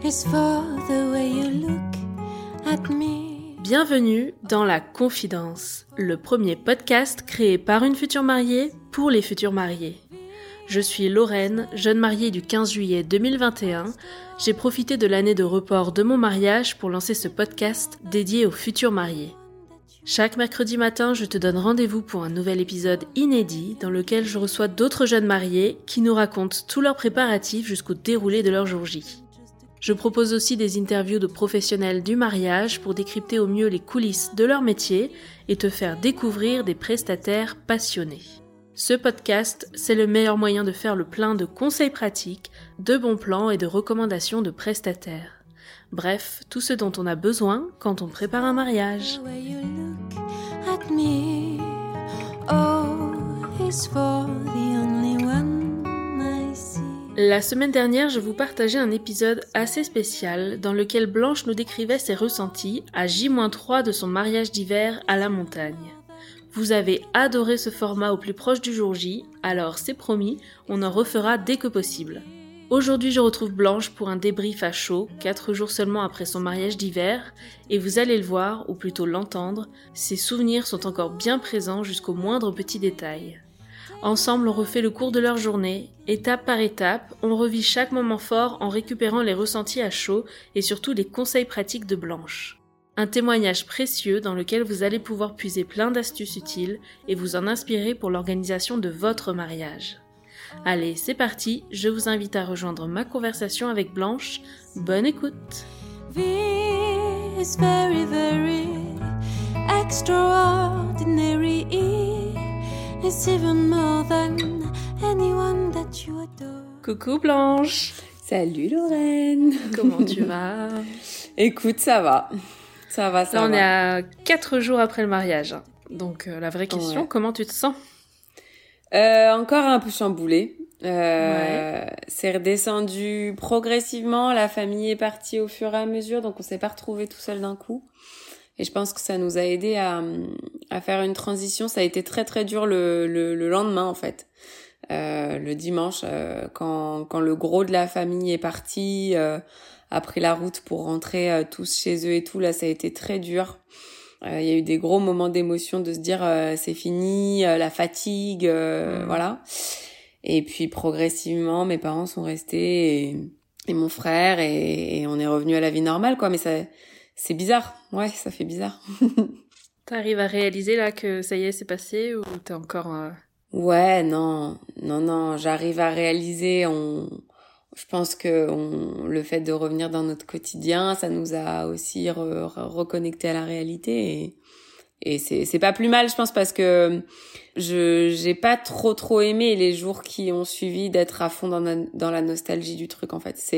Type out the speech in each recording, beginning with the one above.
is for the way you look at me. Bienvenue dans La Confidence, le premier podcast créé par une future mariée pour les futurs mariés. Je suis Lorraine, jeune mariée du 15 juillet 2021. J'ai profité de l'année de report de mon mariage pour lancer ce podcast dédié aux futurs mariés. Chaque mercredi matin, je te donne rendez-vous pour un nouvel épisode inédit dans lequel je reçois d'autres jeunes mariés qui nous racontent tous leurs préparatifs jusqu'au déroulé de leur jour J. Je propose aussi des interviews de professionnels du mariage pour décrypter au mieux les coulisses de leur métier et te faire découvrir des prestataires passionnés. Ce podcast, c'est le meilleur moyen de faire le plein de conseils pratiques, de bons plans et de recommandations de prestataires. Bref, tout ce dont on a besoin quand on prépare un mariage. La semaine dernière, je vous partageais un épisode assez spécial dans lequel Blanche nous décrivait ses ressentis à J-3 de son mariage d'hiver à la montagne. Vous avez adoré ce format au plus proche du jour J, alors c'est promis, on en refera dès que possible. Aujourd'hui, je retrouve Blanche pour un débrief à chaud, 4 jours seulement après son mariage d'hiver, et vous allez le voir, ou plutôt l'entendre, ses souvenirs sont encore bien présents jusqu'au moindre petit détail. Ensemble, on refait le cours de leur journée, étape par étape, on revit chaque moment fort en récupérant les ressentis à chaud et surtout les conseils pratiques de Blanche. Un témoignage précieux dans lequel vous allez pouvoir puiser plein d'astuces utiles et vous en inspirer pour l'organisation de votre mariage. Allez, c'est parti, je vous invite à rejoindre ma conversation avec Blanche. Bonne écoute! Is very, very extraordinary. It's even more than anyone that you adore. Coucou Blanche! Salut Lorraine! Comment tu vas? Écoute, ça va. Ça va. On est à 4 jours après le mariage. Donc la vraie question, comment tu te sens? Encore un peu chamboulée. Ouais. C'est redescendu progressivement. La famille est partie au fur et à mesure, donc on s'est pas retrouvés tout seul d'un coup. Et je pense que ça nous a aidé à faire une transition. Ça a été très très dur le lendemain en fait. Le dimanche, quand le gros de la famille est parti, a pris la route pour rentrer tous chez eux et tout, là ça a été très dur. Il y a eu des gros moments d'émotion de se dire c'est fini, la fatigue, voilà. Et puis progressivement, mes parents sont restés et mon frère et on est revenu à la vie normale quoi. Mais c'est bizarre, ouais, ça fait bizarre. T'arrives à réaliser là que ça y est, c'est passé ou t'es encore... Ouais, non, j'arrive à réaliser. Je pense que le fait de revenir dans notre quotidien, ça nous a aussi reconnecté à la réalité et c'est pas plus mal, je pense, parce que j'ai pas trop aimé les jours qui ont suivi d'être à fond dans la nostalgie du truc en fait.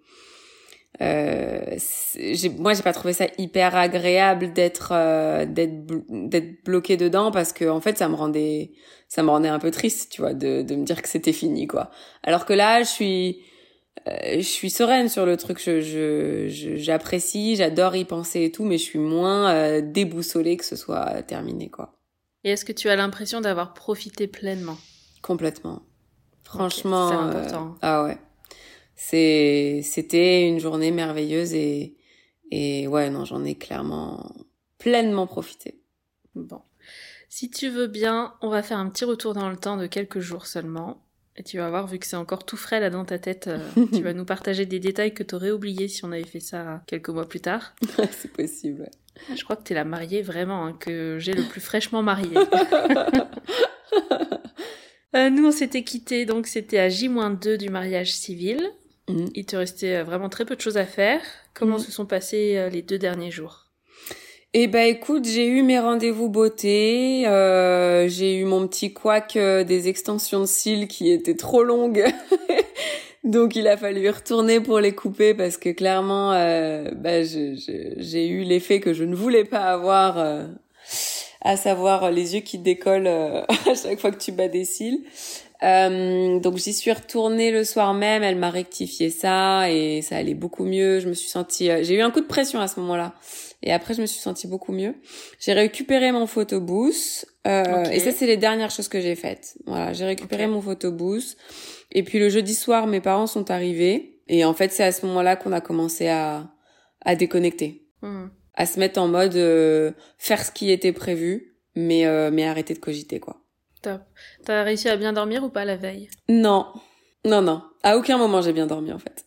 Moi j'ai pas trouvé ça hyper agréable d'être bloqué dedans parce que en fait ça me rendait un peu triste, tu vois, de me dire que c'était fini quoi. Alors que là je suis sereine sur le truc, j'apprécie, j'adore y penser et tout, mais je suis moins déboussolée que ce soit terminé quoi. Et est-ce que tu as l'impression d'avoir profité pleinement? Complètement. Franchement, okay, c'est important. Ah ouais. C'était une journée merveilleuse et ouais, non, j'en ai clairement pleinement profité. Bon. Si tu veux bien, on va faire un petit retour dans le temps de quelques jours seulement. Et tu vas voir, vu que c'est encore tout frais là dans ta tête, tu vas nous partager des détails que t'aurais oubliés si on avait fait ça quelques mois plus tard. C'est possible, ouais. Je crois que t'es la mariée vraiment, hein, que j'ai le plus fraîchement mariée. Nous, on s'était quittés, donc c'était à J-2 du mariage civil. Il te restait vraiment très peu de choses à faire. Comment se sont passés les 2 derniers jours? Eh ben écoute, j'ai eu mes rendez-vous beauté, j'ai eu mon petit couac des extensions de cils qui étaient trop longues. Donc il a fallu y retourner pour les couper parce que clairement j'ai eu l'effet que je ne voulais pas avoir, à savoir les yeux qui décollent à chaque fois que tu bats des cils. Donc j'y suis retournée le soir même, elle m'a rectifié ça et ça allait beaucoup mieux. Je me suis sentie, j'ai eu un coup de pression à ce moment-là et après je me suis sentie beaucoup mieux. J'ai récupéré mon photobooth et ça c'est les dernières choses que j'ai faites. Voilà, j'ai récupéré mon photobooth et puis le jeudi soir mes parents sont arrivés Et en fait, c'est à ce moment-là qu'on a commencé à déconnecter. À se mettre en mode faire ce qui était prévu, mais arrêter de cogiter, quoi. Top. T'as réussi à bien dormir ou pas la veille? Non. À aucun moment j'ai bien dormi, en fait.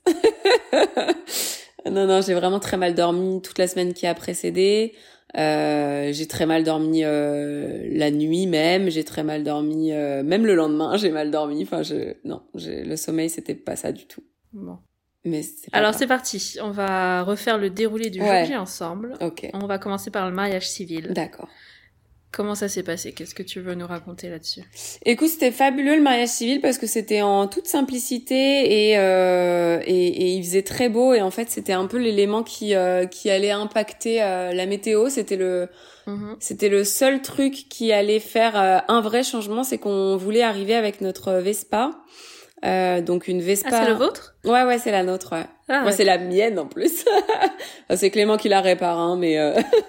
Non, j'ai vraiment très mal dormi toute la semaine qui a précédé. J'ai très mal dormi la nuit même. J'ai très mal dormi même le lendemain. J'ai mal dormi. Enfin, le sommeil, c'était pas ça du tout. Bon. Mais alors c'est parti. On va refaire le déroulé du jour J ensemble. Ok. On va commencer par le mariage civil. D'accord. Comment ça s'est passé? Qu'est-ce que tu veux nous raconter là-dessus? Écoute, c'était fabuleux le mariage civil parce que c'était en toute simplicité et il faisait très beau et en fait c'était un peu l'élément qui allait impacter la météo. C'était le seul truc qui allait faire un vrai changement, c'est qu'on voulait arriver avec notre Vespa. Donc une Vespa. Ah, c'est le vôtre? Ouais, c'est la nôtre, ouais. Ah, moi, c'est la mienne, en plus. C'est Clément qui la répare, hein, mais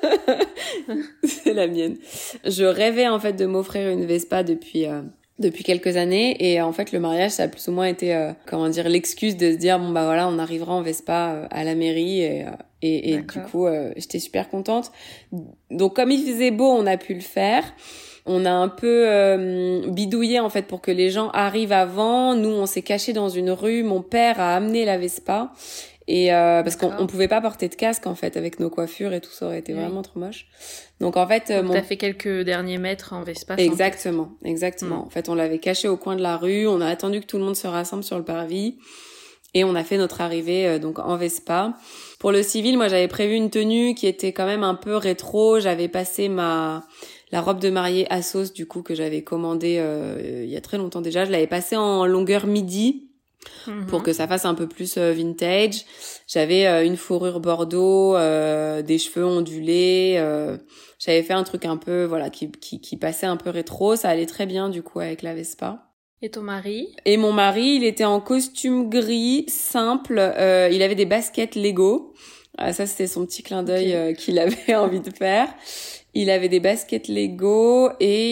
c'est la mienne. Je rêvais, en fait, de m'offrir une Vespa depuis quelques années. Et en fait, le mariage, ça a plus ou moins été, l'excuse de se dire, bon, bah voilà, on arrivera en Vespa à la mairie. Et du coup, j'étais super contente. Donc, comme il faisait beau, on a pu le faire. On a un peu bidouillé en fait pour que les gens arrivent avant. Nous, on s'est cachés dans une rue. Mon père a amené la Vespa et parce qu'on pouvait pas porter de casque en fait avec nos coiffures et tout, ça aurait été vraiment trop moche. Donc en fait, t'as fait quelques derniers mètres en Vespa. Exactement. En fait, on l'avait caché au coin de la rue. On a attendu que tout le monde se rassemble sur le parvis et on a fait notre arrivée donc en Vespa. Pour le civil, moi, j'avais prévu une tenue qui était quand même un peu rétro. J'avais passé la robe de mariée Assos, du coup, que j'avais commandée il y a très longtemps déjà. Je l'avais passée en longueur midi pour que ça fasse un peu plus vintage. J'avais une fourrure bordeaux, des cheveux ondulés. J'avais fait un truc un peu, voilà, qui passait un peu rétro. Ça allait très bien, du coup, avec la Vespa. Et ton mari? Et mon mari, il était en costume gris, simple. Il avait des baskets Lego. Ça, c'était son petit clin d'œil qu'il avait envie de faire. Il avait des baskets Lego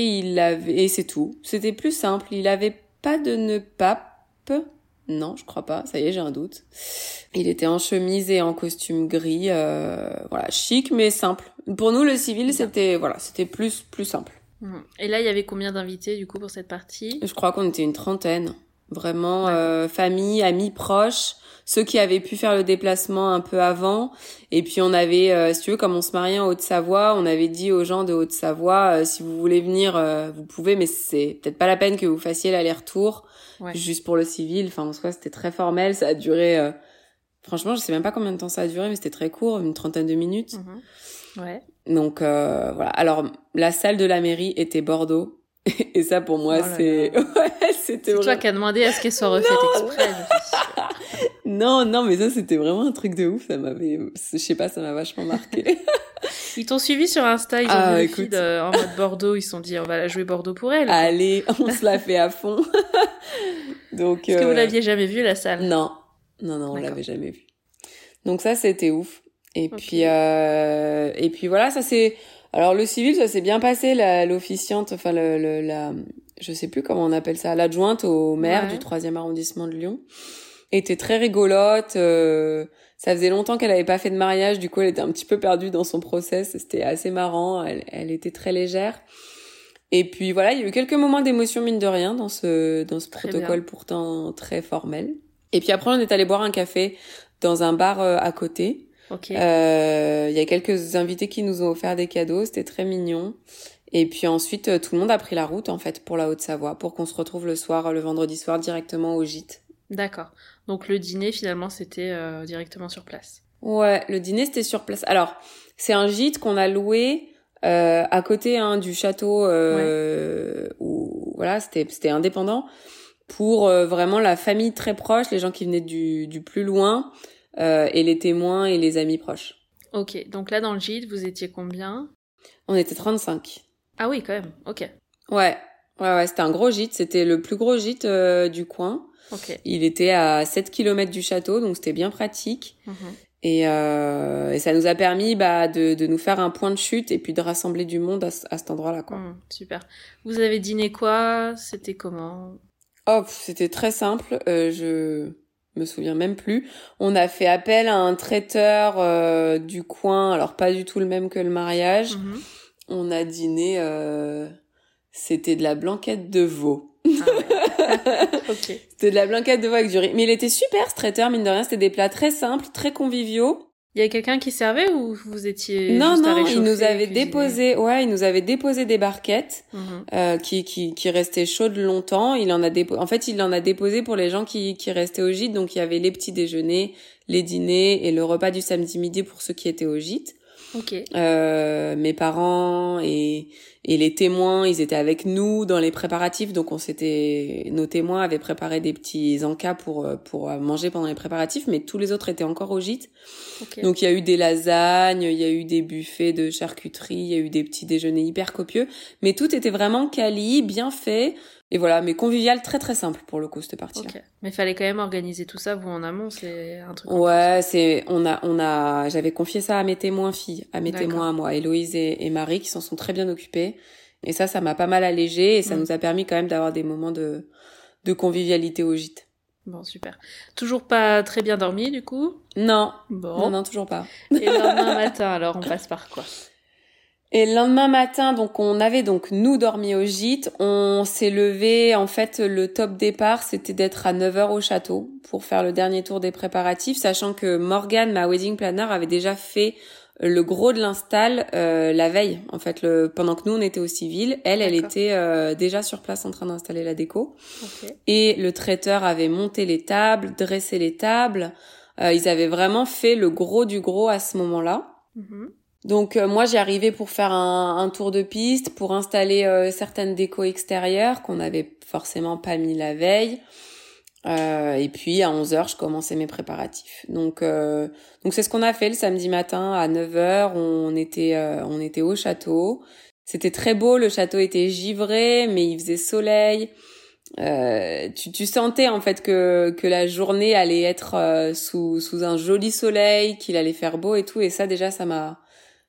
et c'est tout. C'était plus simple. Il avait pas de nœud pape. Non, je crois pas. Ça y est, j'ai un doute. Il était en chemise et en costume gris. Voilà, chic mais simple. Pour nous, le civil, c'était plus simple. Et là, il y avait combien d'invités du coup pour cette partie? Je crois qu'on était une trentaine. Vraiment, famille, amis proches. Ceux qui avaient pu faire le déplacement un peu avant. Et puis on avait, si tu veux, comme on se mariait en Haute-Savoie, on avait dit aux gens de Haute-Savoie, si vous voulez venir, vous pouvez, mais c'est peut-être pas la peine que vous fassiez l'aller-retour, juste pour le civil. Enfin, en soi, c'était très formel, ça a duré... franchement, je sais même pas combien de temps ça a duré, mais c'était très court, une trentaine de minutes. Ouais. Donc, voilà. Alors, la salle de la mairie était Bordeaux. Et ça, pour moi, c'était c'est toi qui as demandé à ce qu'elle soit refaite exprès. Non, mais ça, c'était vraiment un truc de ouf. Ça m'avait, je sais pas, ça m'a vachement marqué. Ils t'ont suivi sur Insta, ils ont vu le feed en mode Bordeaux, ils se sont dit, on va la jouer Bordeaux pour elle. Allez, on se la fait à fond. Donc, est-ce que vous l'aviez jamais vue, la salle? Non, on l'avait jamais vue. Donc ça, c'était ouf. Et puis voilà, ça c'est... Alors le civil, ça s'est bien passé, l'officiante, enfin je sais plus comment on appelle ça, l'adjointe au maire du 3e arrondissement de Lyon, était très rigolote. Ça faisait longtemps qu'elle avait pas fait de mariage, du coup elle était un petit peu perdue dans son process, c'était assez marrant, elle était très légère. Et puis voilà, il y a eu quelques moments d'émotion mine de rien dans ce protocole pourtant très formel. Et puis après on est allé boire un café dans un bar à côté. Okay. Il y a quelques invités qui nous ont offert des cadeaux, c'était très mignon. Et puis ensuite, tout le monde a pris la route en fait pour la Haute-Savoie, pour qu'on se retrouve le vendredi soir directement au gîte. D'accord. Donc le dîner finalement c'était directement sur place. Ouais, le dîner c'était sur place. Alors c'est un gîte qu'on a loué à côté du château où voilà c'était indépendant pour vraiment la famille très proche, les gens qui venaient du plus loin. Et les témoins et les amis proches. Ok, donc là dans le gîte, vous étiez combien? On était 35. Ah oui, quand même, ok. Ouais, c'était un gros gîte, c'était le plus gros gîte du coin. Ok. Il était à 7 km du château, donc c'était bien pratique. Et ça nous a permis de nous faire un point de chute et puis de rassembler du monde à cet endroit-là, quoi. Super. Vous avez dîné quoi? C'était comment? C'était très simple. me souviens même plus. On a fait appel à un traiteur du coin, alors pas du tout le même que le mariage. On a dîné, c'était de la blanquette de veau. Ah ouais. Ok. C'était de la blanquette de veau avec du riz. Mais il était super, ce traiteur, mine de rien. C'était des plats très simples, très conviviaux. Il y a quelqu'un qui servait ou vous étiez Non, juste à non, réchauffer, il nous avait cuisiner? il nous avait déposé des barquettes qui restaient chaudes longtemps. En fait, il en a déposé pour les gens qui restaient au gîte. Donc, il y avait les petits déjeuners, les dîners et le repas du samedi midi pour ceux qui étaient au gîte. Ok. Mes parents et les témoins, ils étaient avec nous dans les préparatifs, donc nos témoins avaient préparé des petits encas pour manger pendant les préparatifs, mais tous les autres étaient encore au gîte. Okay. Donc il y a eu des lasagnes, il y a eu des buffets de charcuterie, il y a eu des petits déjeuners hyper copieux, mais tout était vraiment quali, bien fait. Et voilà, mais convivial, très très simple pour le coup cette partie. Ok. Mais fallait quand même organiser tout ça vous en amont, c'est un truc. Ouais, j'avais confié ça à mes témoins filles, à mes témoins à moi, Héloïse et Marie, qui s'en sont très bien occupées. Et ça m'a pas mal allégé et ça nous a permis quand même d'avoir des moments de convivialité au gîte. Bon, super. Toujours pas très bien dormi du coup? Non. Bon. Non, toujours pas. Et le lendemain matin, alors on passe par quoi? Et le lendemain matin, donc on avait nous dormi au gîte. On s'est levé, en fait, le top départ, c'était d'être à 9h au château pour faire le dernier tour des préparatifs, sachant que Morgane, ma wedding planner, avait déjà fait le gros de l'install la veille, en fait, pendant que nous on était au civil. Elle était déjà sur place en train d'installer la déco. Okay. Et le traiteur avait monté les tables, dressé les tables. Ils avaient vraiment fait le gros du gros à ce moment-là. Donc moi j'y arrivais pour faire un tour de piste, pour installer certaines décos extérieures qu'on n'avait forcément pas mis la veille. Et puis à 11h je commençais mes préparatifs. Donc c'est ce qu'on a fait le samedi matin à 9h. On était au château. C'était très beau, le château était givré, mais il faisait soleil. Tu sentais en fait que la journée allait être sous un joli soleil, qu'il allait faire beau et tout. Et ça déjà ça m'a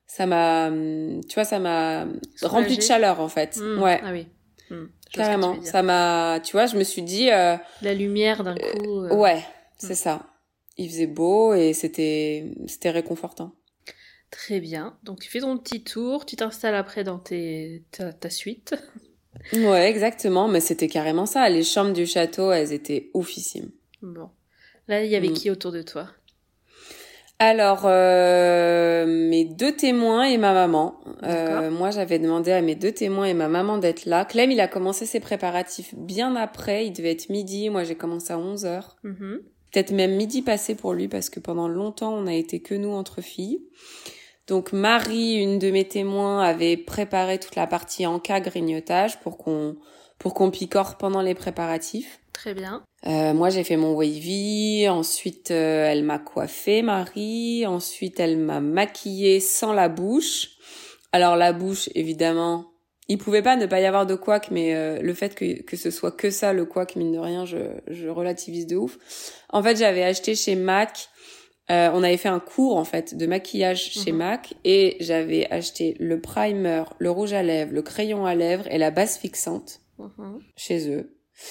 rempli de chaleur en fait. Ouais. Ah oui. Carrément. Ça m'a, tu vois, je me suis dit la lumière d'un coup. Ouais, c'est ça. Il faisait beau et c'était réconfortant. Très bien. Donc tu fais ton petit tour, tu t'installes après dans ta suite. Ouais, exactement, mais c'était carrément ça. Les chambres du château, elles étaient oufissimes. Bon. Là, il y avait qui autour de toi? Alors, mes 2 témoins et ma maman. Moi, j'avais demandé à mes 2 témoins et ma maman d'être là. Clem, il a commencé ses préparatifs bien après. Il devait être midi. Moi, j'ai commencé à 11h. Peut-être même midi passé pour lui parce que pendant longtemps, on a été que nous entre filles. Donc, Marie, une de mes témoins, avait préparé toute la partie encas grignotage pour qu'on picore pendant les préparatifs. Très bien. Moi, j'ai fait mon wavy. Ensuite, elle m'a coiffée, Marie. Ensuite, elle m'a maquillée sans la bouche. Alors, la bouche, évidemment, il pouvait pas ne pas y avoir de couac, mais le fait que ce soit que ça, le couac, mine de rien, je relativise de ouf. En fait, j'avais acheté chez MAC. On avait fait un cours, en fait, de maquillage chez MAC. Et j'avais acheté le primer, le rouge à lèvres, le crayon à lèvres et la base fixante chez eux.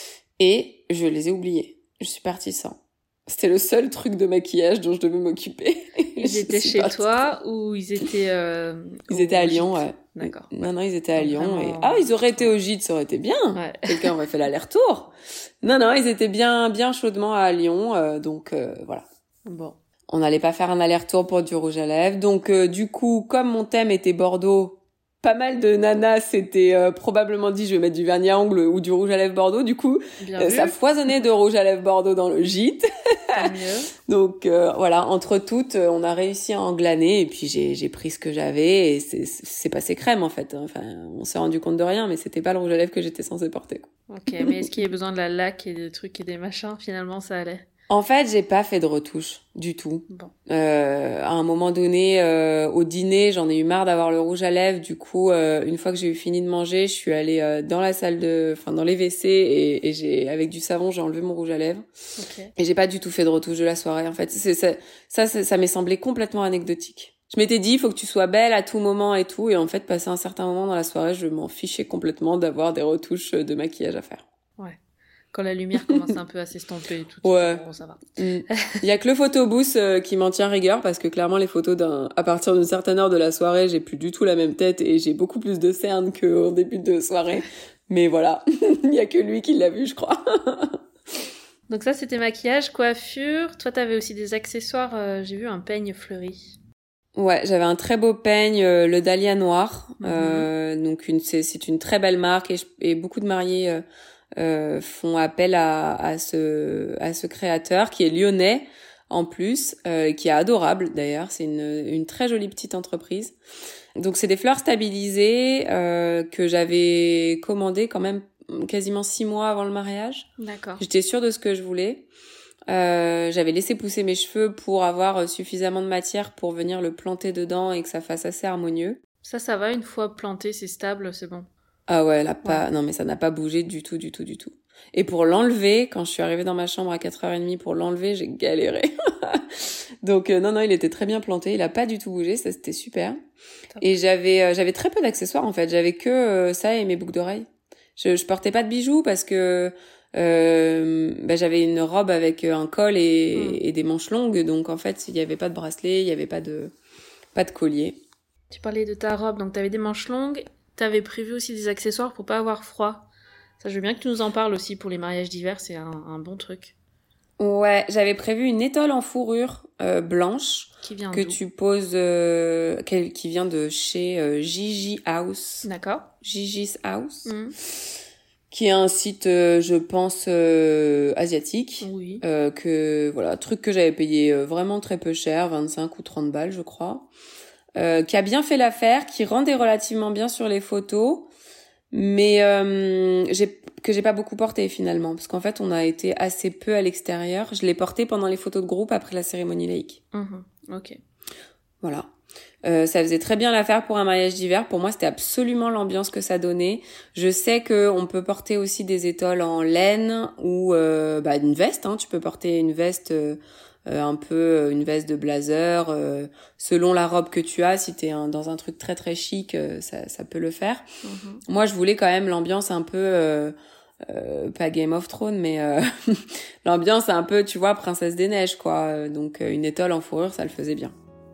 Et je les ai oubliés. Je suis partie sans. C'était le seul truc de maquillage dont je devais m'occuper. Ils étaient chez toi ou ils étaient... Ils étaient à Lyon, ouais. D'accord. Non, ils étaient à Lyon. Vraiment... Et... ils auraient été au gîte, ça aurait été bien. Ouais. Quelqu'un aurait fait l'aller-retour. Non, ils étaient bien chaudement à Lyon. Donc, voilà. Bon. On n'allait pas faire un aller-retour pour du rouge à lèvres. Donc, du coup, comme mon thème était Bordeaux, pas mal de nanas s'étaient probablement dit je vais mettre du vernis à ongles ou du rouge à lèvres Bordeaux. Du coup, ça foisonnait de rouge à lèvres Bordeaux dans le gîte. Tant mieux. Donc voilà, entre toutes, on a réussi à englaner et puis j'ai pris ce que j'avais et c'est passé crème en fait. Enfin, on s'est rendu compte de rien, mais c'était pas le rouge à lèvres que j'étais censée porter. Ok, mais est-ce qu'il y a besoin de la laque et des trucs et des machins? Finalement, ça allait. En fait, j'ai pas fait de retouche du tout. Bon. À un moment donné, au dîner, j'en ai eu marre d'avoir le rouge à lèvres. Du coup, une fois que j'ai eu fini de manger, je suis allée dans la salle dans les WC et j'ai, avec du savon, j'ai enlevé mon rouge à lèvres. Okay. Et j'ai pas du tout fait de retouche de la soirée. En fait, ça m'est semblé complètement anecdotique. Je m'étais dit, il faut que tu sois belle à tout moment et tout. Et en fait, passé un certain moment dans la soirée, je m'en fichais complètement d'avoir des retouches de maquillage à faire. Ouais. Quand la lumière commence un peu à s'estomper et tout. Ouais. Bon, ça va. Il y a que le photobooth qui m'en tient rigueur parce que clairement les photos à partir d'une certaine heure de la soirée, j'ai plus du tout la même tête et j'ai beaucoup plus de cernes qu'en début de soirée. Mais voilà, il y a que lui qui l'a vu, je crois. Donc ça, c'était maquillage, coiffure. Toi, t'avais aussi des accessoires. J'ai vu un peigne fleuri. Ouais, j'avais un très beau peigne, le Dahlia noir. Donc c'est une très belle marque et beaucoup de mariés font appel à ce créateur qui est lyonnais en plus, qui est adorable d'ailleurs. C'est une très jolie petite entreprise. Donc c'est des fleurs stabilisées que j'avais commandées quand même quasiment 6 mois avant le mariage. D'accord. J'étais sûre de ce que je voulais. J'avais laissé pousser mes cheveux pour avoir suffisamment de matière pour venir le planter dedans et que ça fasse assez harmonieux. Ça va, une fois planté, c'est stable, c'est bon. Ah ouais, non mais ça n'a pas bougé du tout. Et pour l'enlever, quand je suis arrivée dans ma chambre à 4h30 pour l'enlever, j'ai galéré. Donc non, il était très bien planté, il a pas du tout bougé, ça c'était super. Top. Et j'avais très peu d'accessoires en fait, j'avais que ça et mes boucles d'oreilles. Je portais pas de bijoux parce que j'avais une robe avec un col et des manches longues, donc en fait il y avait pas de bracelet, il y avait pas de collier. Tu parlais de ta robe, donc t'avais des manches longues, t'avais prévu aussi des accessoires pour pas avoir froid. Ça, je veux bien que tu nous en parles aussi pour les mariages d'hiver, c'est un bon truc. Ouais, j'avais prévu une étole en fourrure blanche que tu poses, qui vient de chez Gigi House. D'accord. Gigi's House. Qui est un site, je pense, asiatique. Oui. Truc que j'avais payé vraiment très peu cher, 25 ou 30 balles, je crois. Qui a bien fait l'affaire, qui rendait relativement bien sur les photos, mais que j'ai pas beaucoup porté finalement, parce qu'en fait, on a été assez peu à l'extérieur. Je l'ai porté pendant les photos de groupe après la cérémonie laïque. Ok. Voilà. Ça faisait très bien l'affaire pour un mariage d'hiver. Pour moi, c'était absolument l'ambiance que ça donnait. Je sais que on peut porter aussi des étoles en laine ou une veste. Hein. Tu peux porter une veste une veste de blazer. Selon la robe que tu as, si t'es dans un truc très très chic, ça peut le faire. Moi, je voulais quand même l'ambiance un peu... pas Game of Thrones, mais l'ambiance un peu, tu vois, Princesse des Neiges, quoi. Donc, une étole en fourrure, ça le faisait bien.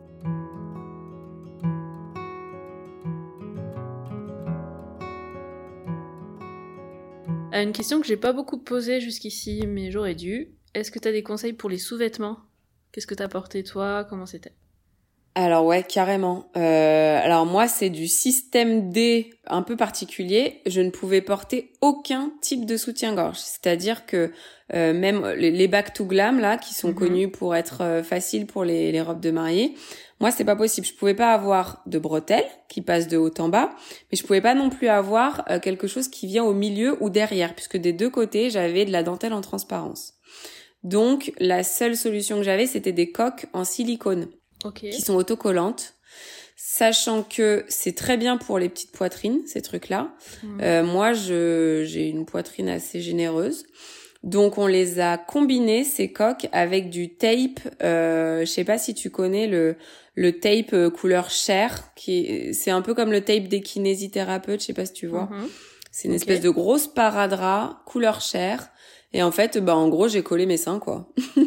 Une question que j'ai pas beaucoup posée jusqu'ici, mais j'aurais dû. Est-ce que t'as des conseils pour les sous-vêtements ? Qu'est-ce que t'as porté toi ? Comment c'était ? Alors ouais, carrément. Alors moi, c'est du système D un peu particulier. Je ne pouvais porter aucun type de soutien-gorge. C'est-à-dire que même les back to glam là, qui sont connus pour être faciles pour les robes de mariée, moi c'est pas possible. Je pouvais pas avoir de bretelles qui passent de haut en bas, mais je pouvais pas non plus avoir quelque chose qui vient au milieu ou derrière, puisque des deux côtés j'avais de la dentelle en transparence. Donc la seule solution que j'avais, c'était des coques en silicone. Okay. Qui sont autocollantes, sachant que c'est très bien pour les petites poitrines, ces trucs-là. Moi, j'ai une poitrine assez généreuse. Donc, on les a combinés, ces coques, avec du tape. Je sais pas si tu connais le tape couleur chair, c'est un peu comme le tape des kinésithérapeutes, je sais pas si tu vois. C'est une espèce de grosse sparadrap couleur chair. Et en fait, en gros, j'ai collé mes seins, quoi.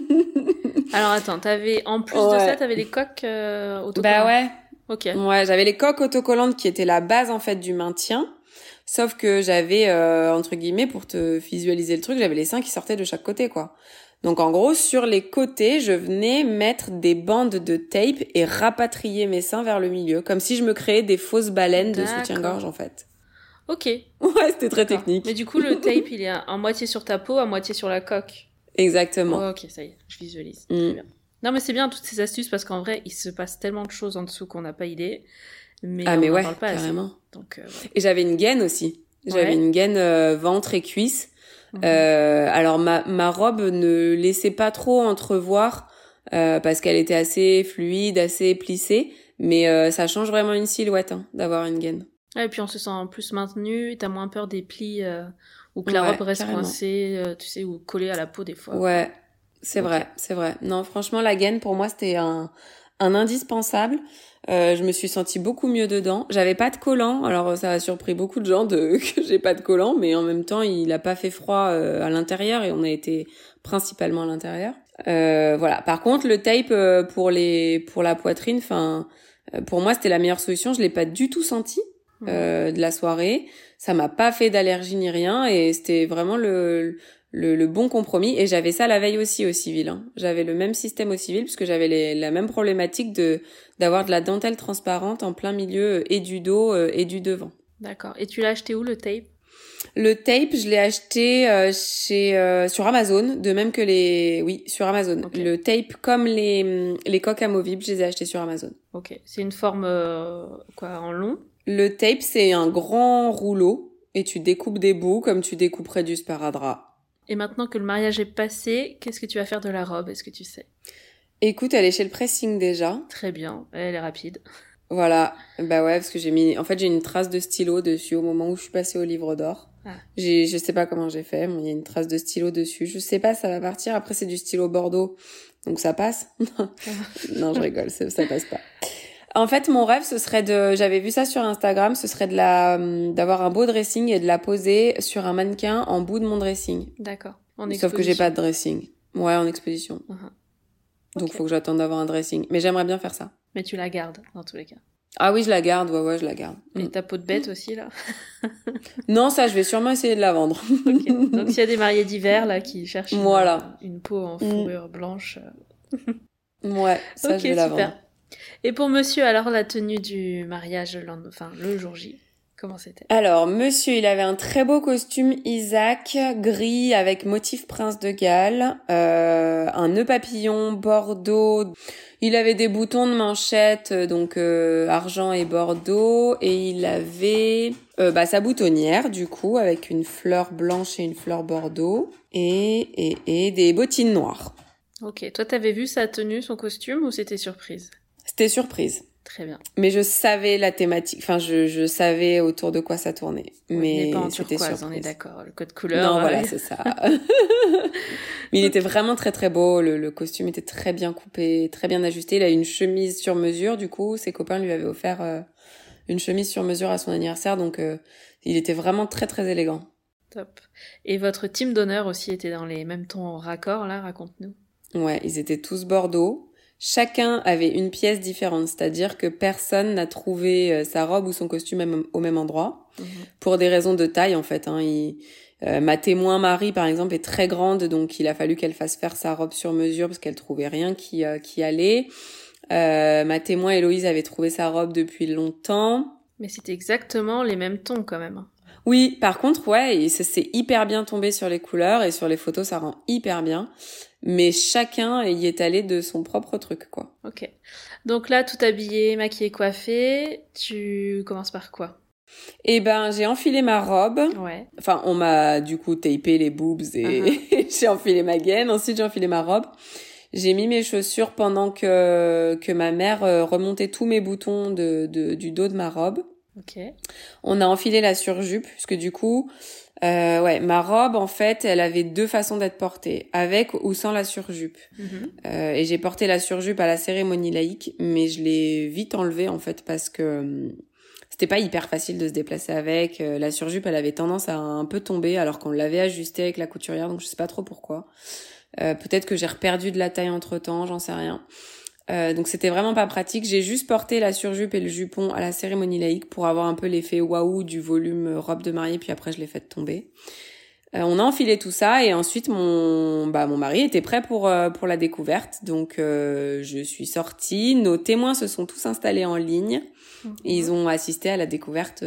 Alors attends, en plus de ça, t'avais les coques autocollantes. Bah ouais. Ok. Ouais, j'avais les coques autocollantes qui étaient la base en fait du maintien. Sauf que j'avais entre guillemets, pour te visualiser le truc, j'avais les seins qui sortaient de chaque côté, quoi. Donc en gros, sur les côtés, je venais mettre des bandes de tape et rapatrier mes seins vers le milieu, comme si je me créais des fausses baleines de soutien-gorge en fait. Ok. Ouais, c'était très technique. Mais du coup, le tape, il est à moitié sur ta peau, à moitié sur la coque. Exactement. Oh, ok, ça y est, je visualise. Très bien. Non, mais c'est bien toutes ces astuces parce qu'en vrai, il se passe tellement de choses en dessous qu'on n'a pas idée. Mais on n'en parle pas carrément. Assez. Donc, Et j'avais une gaine aussi. J'avais une gaine ventre et cuisse. Alors ma robe ne laissait pas trop entrevoir parce qu'elle était assez fluide, assez plissée. Mais ça change vraiment une silhouette d'avoir une gaine. Et puis on se sent plus maintenu, t'as moins peur des plis ou que la robe reste coincée, tu sais, ou collée à la peau des fois. Ouais, c'est vrai. Non, franchement, la gaine, pour moi, c'était un indispensable. Je me suis sentie beaucoup mieux dedans. J'avais pas de collant, alors ça a surpris beaucoup de gens que j'ai pas de collant, mais en même temps, il a pas fait froid à l'intérieur et on a été principalement à l'intérieur. Voilà. Par contre, le tape pour la poitrine, pour moi, c'était la meilleure solution. Je l'ai pas du tout senti de la soirée. Ça m'a pas fait d'allergie ni rien et c'était vraiment le bon compromis. Et j'avais ça la veille aussi au civil. Hein. J'avais le même système au civil puisque j'avais la même problématique d'avoir de la dentelle transparente en plein milieu et du dos et du devant. D'accord. Et tu l'as acheté où, le tape? Le tape, je l'ai acheté sur Amazon, de même que sur Amazon. Okay. Le tape, comme les coques amovibles, je les ai achetés sur Amazon. Ok. C'est une forme en long? Le tape, c'est un grand rouleau et tu découpes des bouts comme tu découperais du sparadrap. Et maintenant que le mariage est passé, qu'est-ce que tu vas faire de la robe? Est-ce que tu sais? Écoute, elle est chez le pressing déjà. Très bien, elle est rapide. Voilà, bah ouais, parce que j'ai une trace de stylo dessus au moment où je suis passée au livre d'or. Ah. Je sais pas comment j'ai fait, mais il y a une trace de stylo dessus. Je sais pas, ça va partir. Après, c'est du stylo Bordeaux, donc ça passe. Non, je rigole, ça passe pas. En fait, mon rêve, j'avais vu ça sur Instagram, ce serait d'avoir un beau dressing et de la poser sur un mannequin en bout de mon dressing. D'accord. Sauf que j'ai pas de dressing. Ouais, en exposition. Uh-huh. Donc, faut que j'attende d'avoir un dressing. Mais j'aimerais bien faire ça. Mais tu la gardes, dans tous les cas. Ah oui, je la garde, ouais, je la garde. Et ta peau de bête aussi, là? Non, ça, je vais sûrement essayer de la vendre. Okay. Donc, s'il y a des mariés d'hiver, là, qui cherchent une peau en fourrure blanche. Ouais, ça, je vais la vendre. Et pour monsieur, alors, la tenue du mariage, le jour J, comment c'était? Alors, monsieur, il avait un très beau costume Isaac, gris, avec motif prince de Galles, un nœud papillon bordeaux. Il avait des boutons de manchette, donc argent et bordeaux, et il avait sa boutonnière, du coup, avec une fleur blanche et une fleur bordeaux, et des bottines noires. Ok, toi, t'avais vu sa tenue, son costume, ou c'était surprise? C'était surprise. Très bien. Mais je savais la thématique, je savais autour de quoi ça tournait. Mais pas en c'était turquoise, surprise. On est d'accord, le code couleur. Non, voilà, c'est ça. Mais il était vraiment très très beau, le costume était très bien coupé, très bien ajusté. Il a une chemise sur mesure, du coup, ses copains lui avaient offert une chemise sur mesure à son anniversaire, donc il était vraiment très très élégant. Top. Et votre team d'honneur aussi était dans les mêmes tons raccords, là, raconte-nous. Ouais, ils étaient tous Bordeaux. Chacun avait une pièce différente, c'est-à-dire que personne n'a trouvé sa robe ou son costume au même endroit, pour des raisons de taille en fait. Ma témoin Marie par exemple est très grande, donc il a fallu qu'elle fasse faire sa robe sur mesure parce qu'elle trouvait rien qui allait. Ma témoin Héloïse avait trouvé sa robe depuis longtemps. Mais c'était exactement les mêmes tons quand même. Oui, par contre, ouais, c'est hyper bien tombé sur les couleurs et sur les photos, ça rend hyper bien. Mais chacun y est allé de son propre truc, quoi. Ok. Donc là, tout habillé, maquillé, coiffé, tu commences par quoi? Eh ben, j'ai enfilé ma robe. Ouais. Enfin, on m'a du coup tapé les boobs et j'ai enfilé ma gaine. Ensuite, j'ai enfilé ma robe. J'ai mis mes chaussures pendant que ma mère remontait tous mes boutons du dos de ma robe. Ok. On a enfilé la surjupe, puisque du coup, ma robe, en fait, elle avait deux façons d'être portée, avec ou sans la surjupe. Et j'ai porté la surjupe à la cérémonie laïque, mais je l'ai vite enlevée, en fait, parce que c'était pas hyper facile de se déplacer avec. La surjupe, elle avait tendance à un peu tomber, alors qu'on l'avait ajustée avec la couturière, donc je sais pas trop pourquoi. Peut-être que j'ai reperdu de la taille entre-temps, j'en sais rien. Donc c'était vraiment pas pratique. J'ai juste porté la surjupe et le jupon à la cérémonie laïque pour avoir un peu l'effet waouh du volume robe de mariée, puis après je l'ai fait tomber. On a enfilé tout ça et ensuite mon mari était prêt pour la découverte. Donc je suis sortie, nos témoins se sont tous installés en ligne et ils ont assisté à la découverte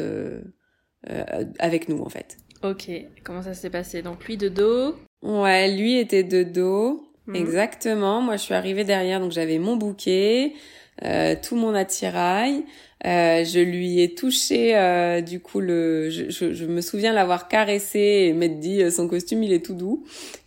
avec nous en fait. Ok, comment ça s'est passé? Donc lui de dos? Ouais, lui était de dos. Exactement. Moi, je suis arrivée derrière, donc j'avais mon bouquet, tout mon attirail. Je lui ai touché, du coup, je me souviens l'avoir caressé et m'être dit, son costume, il est tout doux.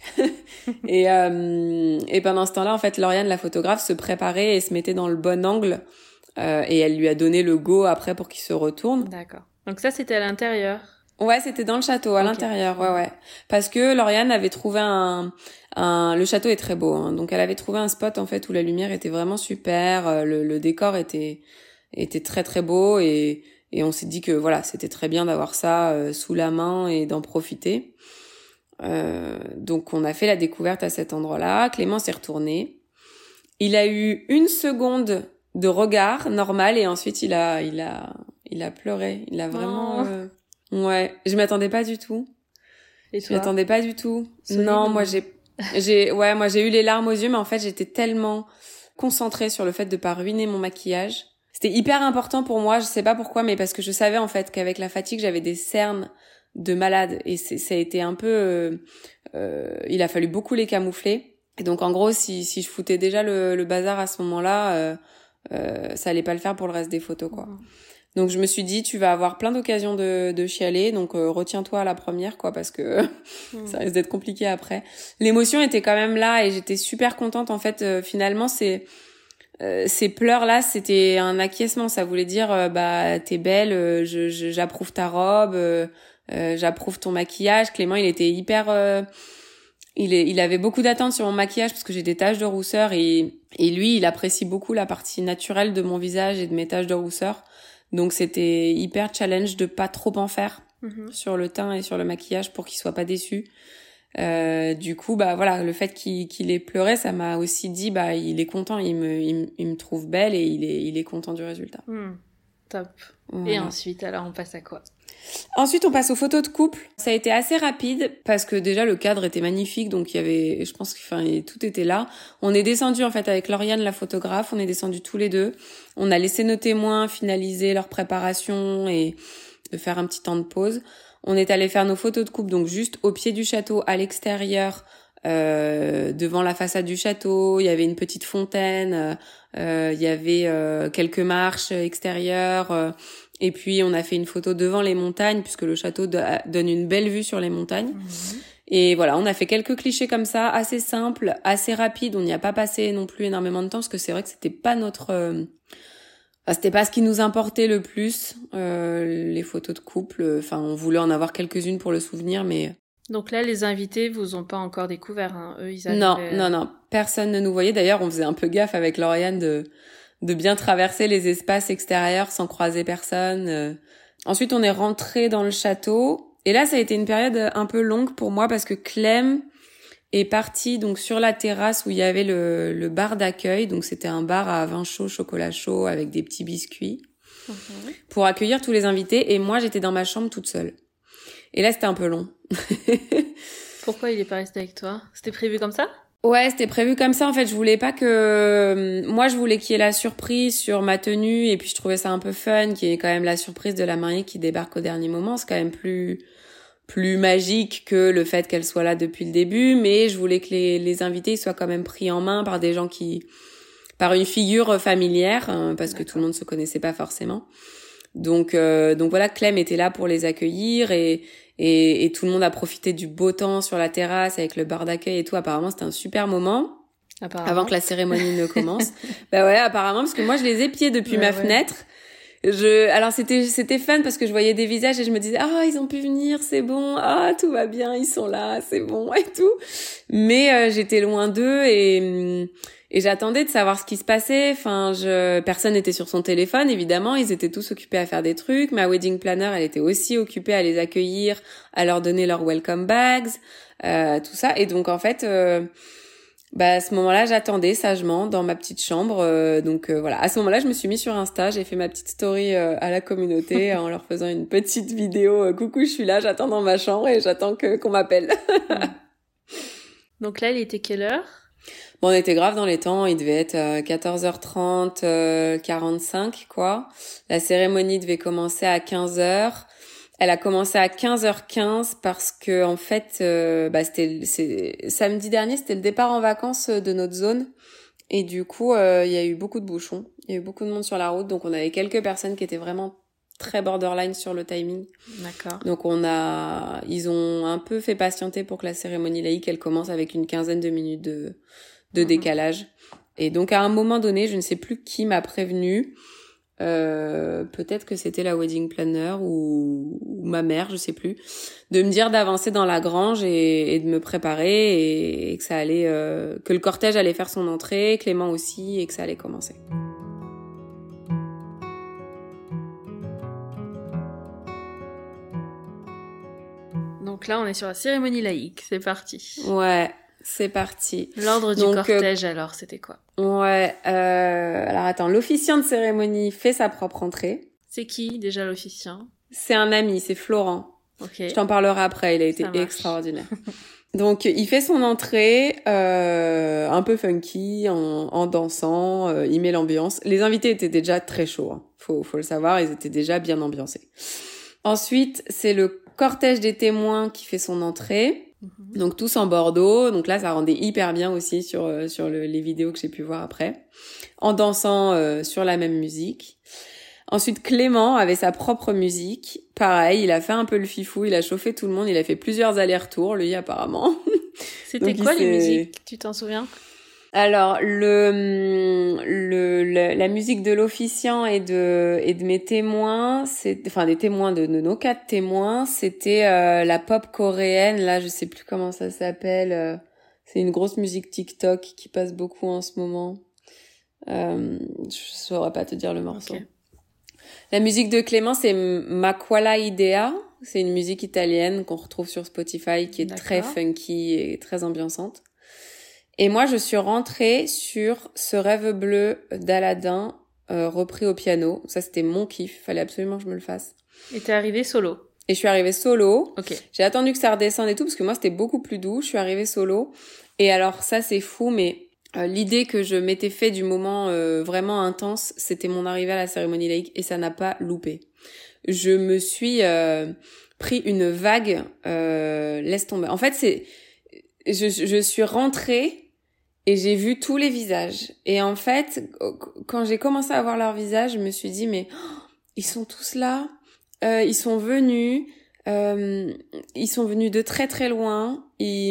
et pendant ce temps-là, en fait, Lauriane, la photographe, se préparait et se mettait dans le bon angle. Et elle lui a donné le go après pour qu'il se retourne. D'accord. Donc ça, c'était à l'intérieur? Ouais, c'était dans le château, à l'intérieur, ouais. Parce que Lauriane avait trouvé le château est très beau, hein, donc elle avait trouvé un spot, en fait, où la lumière était vraiment super, le décor était était très très beau et on s'est dit que voilà, c'était très bien d'avoir ça sous la main et d'en profiter. Donc on a fait la découverte à cet endroit-là. Clément s'est retourné. Il a eu 1 seconde de regard normal et ensuite il a pleuré. Il a vraiment ouais, je m'attendais pas du tout. Et Je toi? m'attendais pas du tout. Solide, Non, moi j'ai eu les larmes aux yeux, mais en fait j'étais tellement concentrée sur le fait de pas ruiner mon maquillage. C'était hyper important pour moi, je sais pas pourquoi, mais parce que je savais en fait qu'avec la fatigue j'avais des cernes de malade et ça a été un peu il a fallu beaucoup les camoufler. Et donc en gros si je foutais déjà le bazar à ce moment-là, ça allait pas le faire pour le reste des photos quoi. Donc je me suis dit tu vas avoir plein d'occasions de chialer, donc retiens-toi à la première quoi parce que ça risque d'être compliqué après. L'émotion était quand même là et j'étais super contente en fait. Finalement ces pleurs là c'était un acquiescement, ça voulait dire bah t'es belle, j'approuve ta robe, j'approuve ton maquillage. Clément il était hyper il avait beaucoup d'attentes sur mon maquillage parce que j'ai des taches de rousseur et lui il apprécie beaucoup la partie naturelle de mon visage et de mes taches de rousseur. Donc c'était hyper challenge de pas trop en faire sur le teint et sur le maquillage pour qu'il soit pas déçu. Du coup bah voilà, le fait qu'il ait pleuré, ça m'a aussi dit bah il est content, il me trouve belle et il est content du résultat. Top. Voilà. Et ensuite alors on passe à quoi? Ensuite, on passe aux photos de couple. Ça a été assez rapide parce que déjà le cadre était magnifique, donc il y avait, je pense que tout était là. On est descendu en fait avec Lauriane, la photographe, on est descendu tous les deux. On a laissé nos témoins finaliser leur préparation et de faire un petit temps de pause. On est allé faire nos photos de couple, donc juste au pied du château, à l'extérieur, devant la façade du château. Il y avait une petite fontaine, il y avait quelques marches extérieures. Et puis, on a fait une photo devant les montagnes, puisque le château donne une belle vue sur les montagnes. Et voilà, on a fait quelques clichés comme ça, assez simples, assez rapides. On n'y a pas passé non plus énormément de temps, parce que c'est vrai que c'était pas c'était pas ce qui nous importait le plus, les photos de couple. Enfin, on voulait en avoir quelques-unes pour le souvenir, mais... Donc là, les invités vous ont pas encore découvert, hein. Eux, ils arrivaient... Non. Personne ne nous voyait. D'ailleurs, on faisait un peu gaffe avec Lauriane de bien traverser les espaces extérieurs sans croiser personne. Ensuite, on est rentré dans le château. Et là, ça a été une période un peu longue pour moi parce que Clem est parti donc sur la terrasse où il y avait le bar d'accueil. Donc, c'était un bar à vin chaud, chocolat chaud avec des petits biscuits pour accueillir tous les invités. Et moi, j'étais dans ma chambre toute seule. Et là, c'était un peu long. Pourquoi il est pas resté avec toi? C'était prévu comme ça? Ouais, c'était prévu comme ça. En fait, je voulais pas que... Moi, je voulais qu'il y ait la surprise sur ma tenue. Et puis, je trouvais ça un peu fun qu'il y ait quand même la surprise de la mariée qui débarque au dernier moment. C'est quand même plus magique que le fait qu'elle soit là depuis le début. Mais je voulais que les invités soient quand même pris en main par des gens par une figure familière, parce que tout le monde se connaissait pas forcément. Donc voilà, Clem était là pour les accueillir et tout le monde a profité du beau temps sur la terrasse avec le bar d'accueil et tout. Apparemment, c'était un super moment. Avant que la cérémonie ne commence. Bah ouais, apparemment, parce que moi, je les épiais depuis ma fenêtre. Alors c'était fun parce que je voyais des visages et je me disais, ils ont pu venir, c'est bon. Tout va bien, ils sont là, c'est bon et tout. Mais j'étais loin d'eux et j'attendais de savoir ce qui se passait. Enfin, personne n'était sur son téléphone, évidemment. Ils étaient tous occupés à faire des trucs. Ma wedding planner, elle était aussi occupée à les accueillir, à leur donner leurs welcome bags, tout ça. Et donc, en fait, à ce moment-là, j'attendais sagement dans ma petite chambre. Voilà. À ce moment-là, je me suis mis sur Insta. J'ai fait ma petite story à la communauté en leur faisant une petite vidéo. Coucou, je suis là, j'attends dans ma chambre et j'attends qu'on m'appelle. Donc là, il était quelle heure? Bon, on était grave dans les temps, il devait être 14h30, 45, quoi. La cérémonie devait commencer à 15h. Elle a commencé à 15h15 parce que, en fait, samedi dernier, c'était le départ en vacances de notre zone. Et du coup, il y a eu beaucoup de bouchons. Il y a eu beaucoup de monde sur la route. Donc, on avait quelques personnes qui étaient vraiment très borderline sur le timing. D'accord. Donc, ils ont un peu fait patienter pour que la cérémonie laïque, elle commence avec une quinzaine de minutes de décalage. Et donc, à un moment donné, je ne sais plus qui m'a prévenu. Peut-être que c'était la wedding planner ou ma mère, je sais plus, de me dire d'avancer dans la grange et de me préparer et que ça allait, que le cortège allait faire son entrée, Clément aussi, et que ça allait commencer. Donc là, on est sur la cérémonie laïque. C'est parti. Ouais, c'est parti. L'ordre du cortège, alors, c'était quoi? Ouais, alors attends, l'officiant de cérémonie fait sa propre entrée. C'est qui, déjà, l'officiant? C'est un ami, c'est Florent. Ok. Je t'en parlerai après, il a été extraordinaire. Donc, il fait son entrée, un peu funky, en dansant, il met l'ambiance. Les invités étaient déjà très chauds, hein. Faut le savoir, ils étaient déjà bien ambiancés. Ensuite, c'est le cortège des témoins qui fait son entrée. Donc, tous en bordeaux. Donc là, ça rendait hyper bien aussi sur les vidéos que j'ai pu voir après. En dansant sur la même musique. Ensuite, Clément avait sa propre musique. Pareil, il a fait un peu le fifou, il a chauffé tout le monde, il a fait plusieurs allers-retours, lui, apparemment. C'était quoi les musiques? Tu t'en souviens? Alors, la musique de l'officiant et de mes témoins, des témoins de nos 4 témoins, c'était la pop coréenne, là, je sais plus comment ça s'appelle. C'est une grosse musique TikTok qui passe beaucoup en ce moment. Je saurais pas te dire le morceau. Okay. La musique de Clément, c'est Ma Quale Idea. C'est une musique italienne qu'on retrouve sur Spotify qui est très funky et très ambiançante. Et moi, je suis rentrée sur Ce rêve bleu d'Aladin, repris au piano. Ça, c'était mon kiff. Fallait absolument que je me le fasse. Et t'es arrivée solo? Et je suis arrivée solo. Ok. J'ai attendu que ça redescende et tout, parce que moi, c'était beaucoup plus doux. Je suis arrivée solo. Et alors, ça, c'est fou, mais l'idée que je m'étais fait du moment vraiment intense, c'était mon arrivée à la cérémonie laïque, et ça n'a pas loupé. Je me suis pris une vague, laisse tomber. En fait, je suis rentrée et j'ai vu tous les visages. Et en fait, quand j'ai commencé à voir leurs visages, je me suis dit, mais ils sont tous là, ils sont venus de très très loin.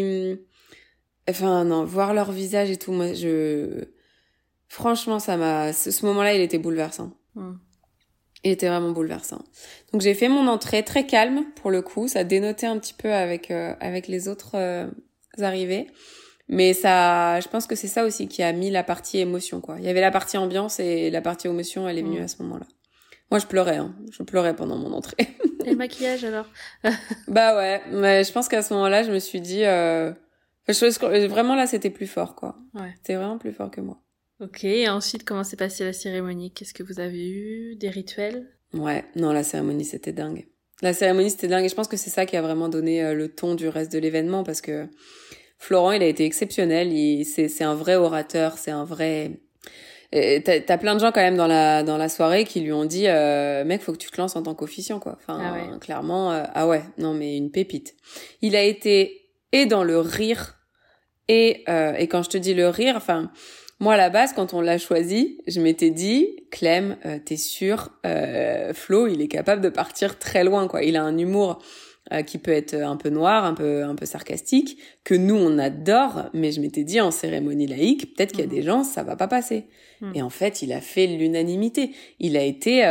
Enfin non, voir leurs visages et tout, moi franchement, ce moment-là, il était bouleversant. Il était vraiment bouleversant. Donc j'ai fait mon entrée très calme pour le coup, ça dénotait un petit peu avec les autres arrivées. Mais ça, je pense que c'est ça aussi qui a mis la partie émotion, quoi. Il y avait la partie ambiance et la partie émotion, elle est venue à ce moment-là. Moi, je pleurais, hein. Je pleurais pendant mon entrée. Et le maquillage, alors? Bah ouais, mais je pense qu'à ce moment-là, je me suis dit, vraiment là, c'était plus fort, quoi. Ouais. C'était vraiment plus fort que moi. Ok, et ensuite, comment s'est passée la cérémonie? Qu'est-ce que vous avez eu? Des rituels? Ouais, non, la cérémonie, c'était dingue. La cérémonie, c'était dingue, et je pense que c'est ça qui a vraiment donné le ton du reste de l'événement, parce que Florent, il a été exceptionnel, c'est un vrai orateur, c'est un vrai... T'as plein de gens quand même dans la soirée qui lui ont dit mec, faut que tu te lances en tant qu'officiant, quoi. Enfin, clairement, ah ouais, non mais une pépite. Il a été et dans le rire et quand je te dis le rire, enfin, moi à la base quand on l'a choisi, je m'étais dit Clem, t'es sûr, Flo, il est capable de partir très loin, quoi. Il a un humour qui peut être un peu noir, un peu sarcastique, que nous on adore, mais je m'étais dit en cérémonie laïque, peut-être qu'il y a des gens, ça va pas passer. Et en fait, il a fait l'unanimité. Il a été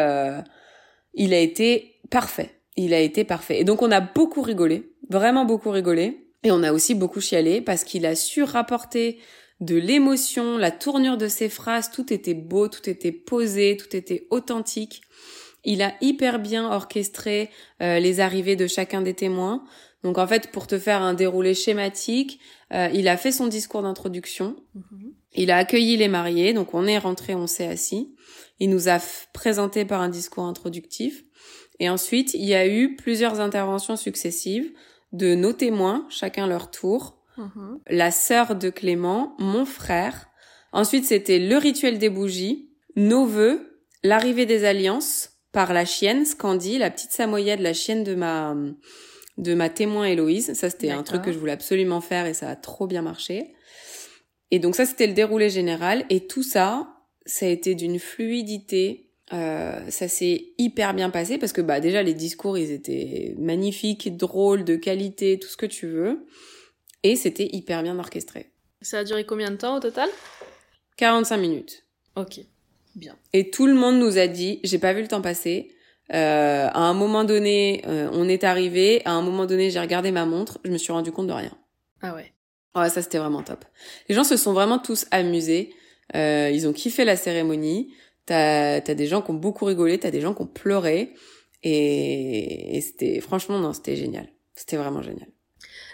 parfait. Il a été parfait. Et donc on a beaucoup rigolé, vraiment beaucoup rigolé, et on a aussi beaucoup chialé parce qu'il a su rapporter de l'émotion, la tournure de ses phrases, tout était beau, tout était posé, tout était authentique. Il a hyper bien orchestré les arrivées de chacun des témoins. Donc en fait, pour te faire un déroulé schématique, il a fait son discours d'introduction. Il a accueilli les mariés, donc on est rentré, on s'est assis. Il nous a présenté par un discours introductif. Et ensuite, il y a eu plusieurs interventions successives de nos témoins, chacun leur tour. La sœur de Clément, mon frère. Ensuite, c'était le rituel des bougies, nos vœux, l'arrivée des alliances par la chienne, Scandi, la petite samoyède, la chienne de ma témoin Héloïse. Ça, c'était un truc que je voulais absolument faire et ça a trop bien marché. Et donc ça, c'était le déroulé général. Et tout ça, ça a été d'une fluidité. Ça s'est hyper bien passé parce que déjà, les discours, ils étaient magnifiques, drôles, de qualité, tout ce que tu veux. Et c'était hyper bien orchestré. Ça a duré combien de temps au total? 45 minutes. Ok, bien. Et tout le monde nous a dit, j'ai pas vu le temps passer. À un moment donné, on est arrivé. À un moment donné, j'ai regardé ma montre. Je me suis rendu compte de rien. Ah ouais. Ouais, ça c'était vraiment top. Les gens se sont vraiment tous amusés. Ils ont kiffé la cérémonie. T'as des gens qui ont beaucoup rigolé. T'as des gens qui ont pleuré. Et c'était, franchement, non, c'était génial. C'était vraiment génial.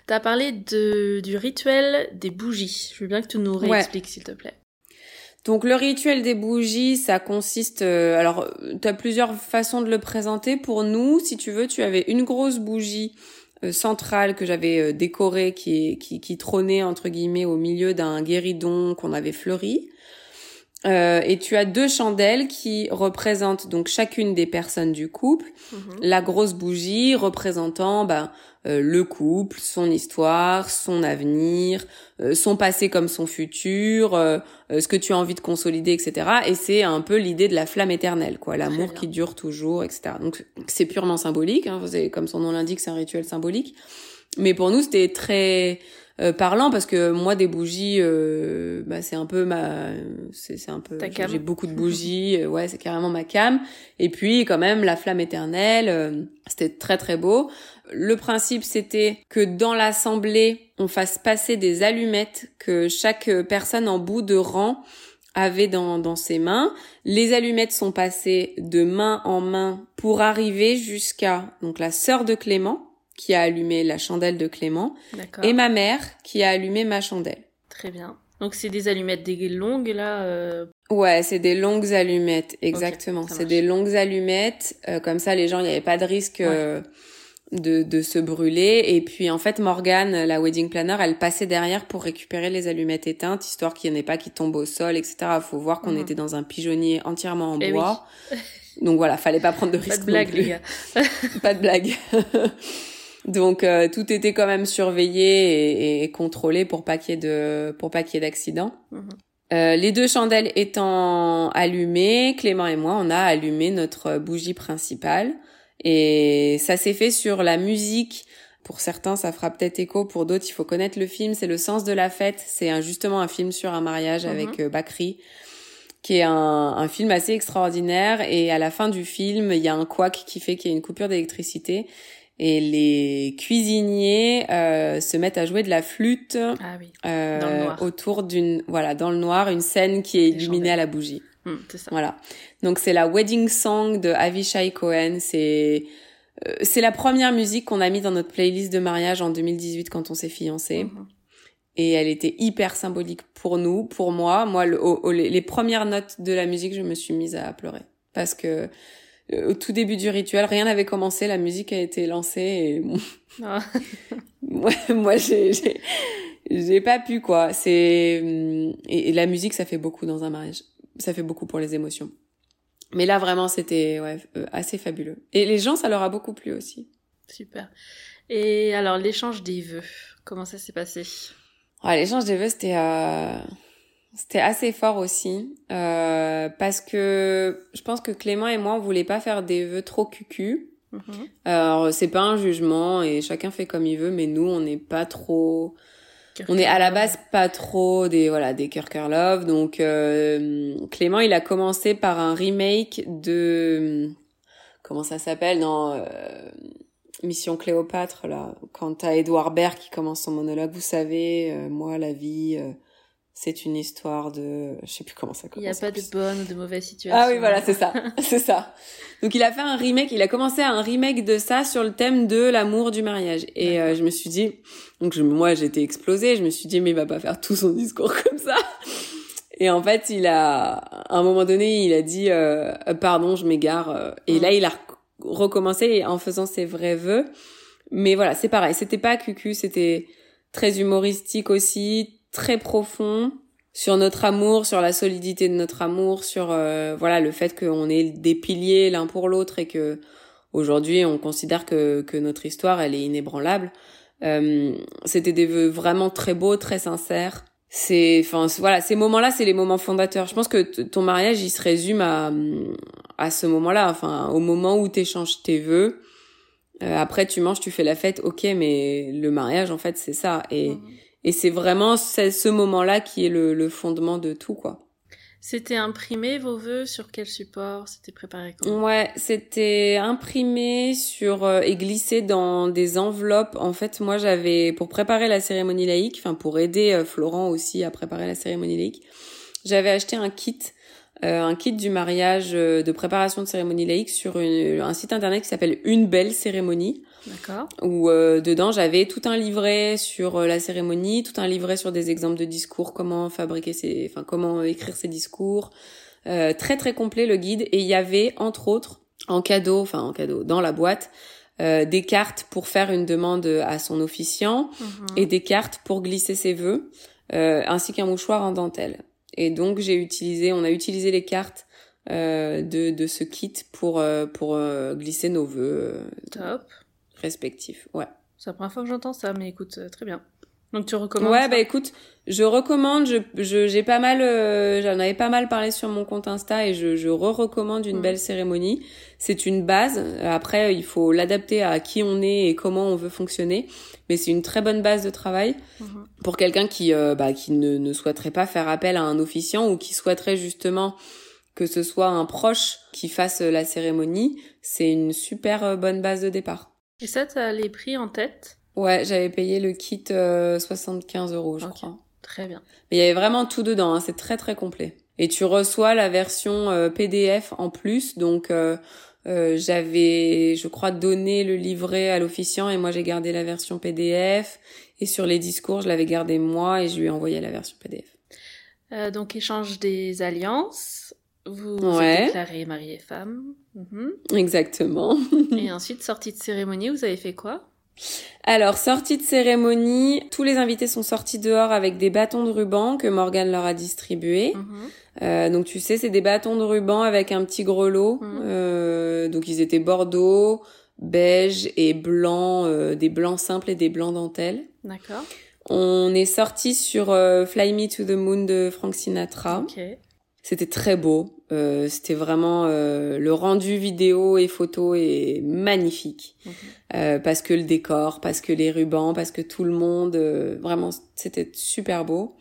T'as parlé du rituel des bougies. Je veux bien que tu nous réexpliques, s'il te plaît. Donc le rituel des bougies, ça consiste... alors, tu as plusieurs façons de le présenter. Pour nous, si tu veux, tu avais une grosse bougie centrale que j'avais décorée qui trônait, entre guillemets, au milieu d'un guéridon qu'on avait fleuri. Et tu as 2 chandelles qui représentent donc chacune des personnes du couple. La grosse bougie représentant le couple, son histoire, son avenir, son passé comme son futur, ce que tu as envie de consolider, etc. Et c'est un peu l'idée de la flamme éternelle, quoi, l'amour qui dure toujours, etc. Donc c'est purement symbolique, hein, c'est, comme son nom l'indique, c'est un rituel symbolique. Mais pour nous, c'était très parlant parce que moi des bougies c'est un peu c'est un peu j'ai beaucoup de bougies, ouais, c'est carrément ma came. Et puis quand même la flamme éternelle, c'était très très beau. Le principe, c'était que dans l'assemblée, on fasse passer des allumettes que chaque personne en bout de rang avait dans ses mains. Les allumettes sont passées de main en main pour arriver jusqu'à donc la sœur de Clément, qui a allumé la chandelle de Clément, et ma mère, qui a allumé ma chandelle. Très bien. Donc c'est des allumettes des longues, là Ouais, c'est des longues allumettes, exactement. Okay, c'est des longues allumettes, comme ça les gens, il n'y avait pas de risque de se brûler. Et puis en fait, Morgane, la wedding planner, elle passait derrière pour récupérer les allumettes éteintes, histoire qu'il n'y en ait pas qui tombent au sol, etc. Faut voir qu'on était dans un pigeonnier entièrement en bois. Oui. Donc voilà, fallait pas prendre de risque. Pas de blague, les gars. Pas de blague. Donc tout était quand même surveillé et contrôlé pour pas qu'il y ait d'accident. Les 2 chandelles étant allumées, Clément et moi, on a allumé notre bougie principale. Et ça s'est fait sur la musique. Pour certains, ça fera peut-être écho. Pour d'autres, il faut connaître le film. C'est Le Sens de la fête. C'est justement un film sur un mariage avec Bakri, qui est un film assez extraordinaire. Et à la fin du film, il y a un couac qui fait qu'il y a une coupure d'électricité. Et les cuisiniers se mettent à jouer de la flûte dans le noir. Autour dans le noir, une scène qui est illuminée à la bougie. C'est ça. Voilà. Donc c'est la wedding song de Avishai Cohen. C'est la première musique qu'on a mis dans notre playlist de mariage en 2018 quand on s'est fiancés. Et elle était hyper symbolique pour nous, pour moi. Moi, les premières notes de la musique, je me suis mise à pleurer parce que au tout début du rituel, rien n'avait commencé, la musique a été lancée et moi j'ai pas pu, quoi. Et la musique, ça fait beaucoup dans un mariage. Ça fait beaucoup pour les émotions. Mais là, vraiment, c'était assez fabuleux. Et les gens, ça leur a beaucoup plu aussi. Super. Et alors, l'échange des vœux, comment ça s'est passé? L'échange des vœux, c'était assez fort aussi. Parce que je pense que Clément et moi, on voulait pas faire des vœux trop cucu. Alors, c'est pas un jugement et chacun fait comme il veut, mais nous, on n'est pas trop... On est à la base pas trop des Cœur Love. Donc Clément, il a commencé par un remake de comment ça s'appelle dans Mission Cléopâtre, là, quand t'as Edouard Baird qui commence son monologue, vous savez, moi la vie c'est une histoire de... Je sais plus comment ça commence. Il n'y a pas de bonne ou de mauvaise situation. Ah oui, voilà, c'est ça. C'est ça. Donc il a fait un remake, il a commencé un remake de ça sur le thème de l'amour du mariage. Et je me suis dit... Donc moi, j'étais explosée. Je me suis dit, mais il va pas faire tout son discours comme ça. Et en fait, à un moment donné, il a dit, pardon, je m'égare. Et là, il a recommencé en faisant ses vrais vœux. Mais voilà, c'est pareil. C'était pas cucu, c'était très humoristique aussi, très profond sur notre amour, sur la solidité de notre amour, sur le fait qu'on est des piliers l'un pour l'autre et que aujourd'hui, on considère que notre histoire, elle est inébranlable. C'était des vœux vraiment très beaux, très sincères. Ces moments-là, c'est les moments fondateurs. Je pense que ton mariage, il se résume à ce moment-là, enfin, au moment où t'échanges tes vœux. Après, tu manges, tu fais la fête, ok, mais le mariage, en fait, c'est ça. Et c'est vraiment ce moment-là qui est le fondement de tout, quoi. C'était imprimé, vos vœux? Sur quel support? C'était préparé comment? Ouais, c'était imprimé et glissé dans des enveloppes. En fait, moi, pour préparer la cérémonie laïque, pour aider Florent aussi à préparer la cérémonie laïque, j'avais acheté un kit un kit du mariage de préparation de cérémonie laïque sur un site internet qui s'appelle Une belle cérémonie. D'accord. Où dedans j'avais tout un livret sur la cérémonie, tout un livret sur des exemples de discours, comment écrire ses discours, très très complet le guide. Et il y avait entre autres en cadeau dans la boîte des cartes pour faire une demande à son officiant et des cartes pour glisser ses vœux, ainsi qu'un mouchoir en dentelle. Et donc on a utilisé les cartes de ce kit pour glisser nos vœux. Top. Respectifs, ouais. C'est la première fois que j'entends ça, mais écoute, très bien. Donc tu recommandes Ouais, ça? bah écoute, je recommande, j'ai pas mal, j'en avais pas mal parlé sur mon compte Insta et je recommande une belle cérémonie. C'est une base. Après, il faut l'adapter à qui on est et comment on veut fonctionner. Mais c'est une très bonne base de travail pour quelqu'un qui ne souhaiterait pas faire appel à un officiant ou qui souhaiterait justement que ce soit un proche qui fasse la cérémonie. C'est une super bonne base de départ. Et ça, t'as les prix en tête? Ouais, j'avais payé le kit 75 €, je crois. Très bien. Mais il y avait vraiment tout dedans, hein, c'est très très complet. Et tu reçois la version PDF en plus, donc j'avais, je crois, donné le livret à l'officiant et moi j'ai gardé la version PDF. Et sur les discours, je l'avais gardé moi et je lui ai envoyé la version PDF. Donc échange des alliances, vous êtes déclarés mari et femme. Exactement. Et ensuite, sortie de cérémonie, vous avez fait quoi? Alors, sortie de cérémonie, tous les invités sont sortis dehors avec des bâtons de ruban que Morgane leur a distribués. Donc tu sais, c'est des bâtons de ruban avec un petit grelot. Donc ils étaient bordeaux, beige et blanc, des blancs simples et des blancs dentelles. D'accord. On est sortis sur Fly Me to the Moon de Frank Sinatra. Ok. C'était très beau. C'était vraiment le rendu vidéo et photo est magnifique. Parce que le décor, parce que les rubans, parce que tout le monde, vraiment, c'était super beau.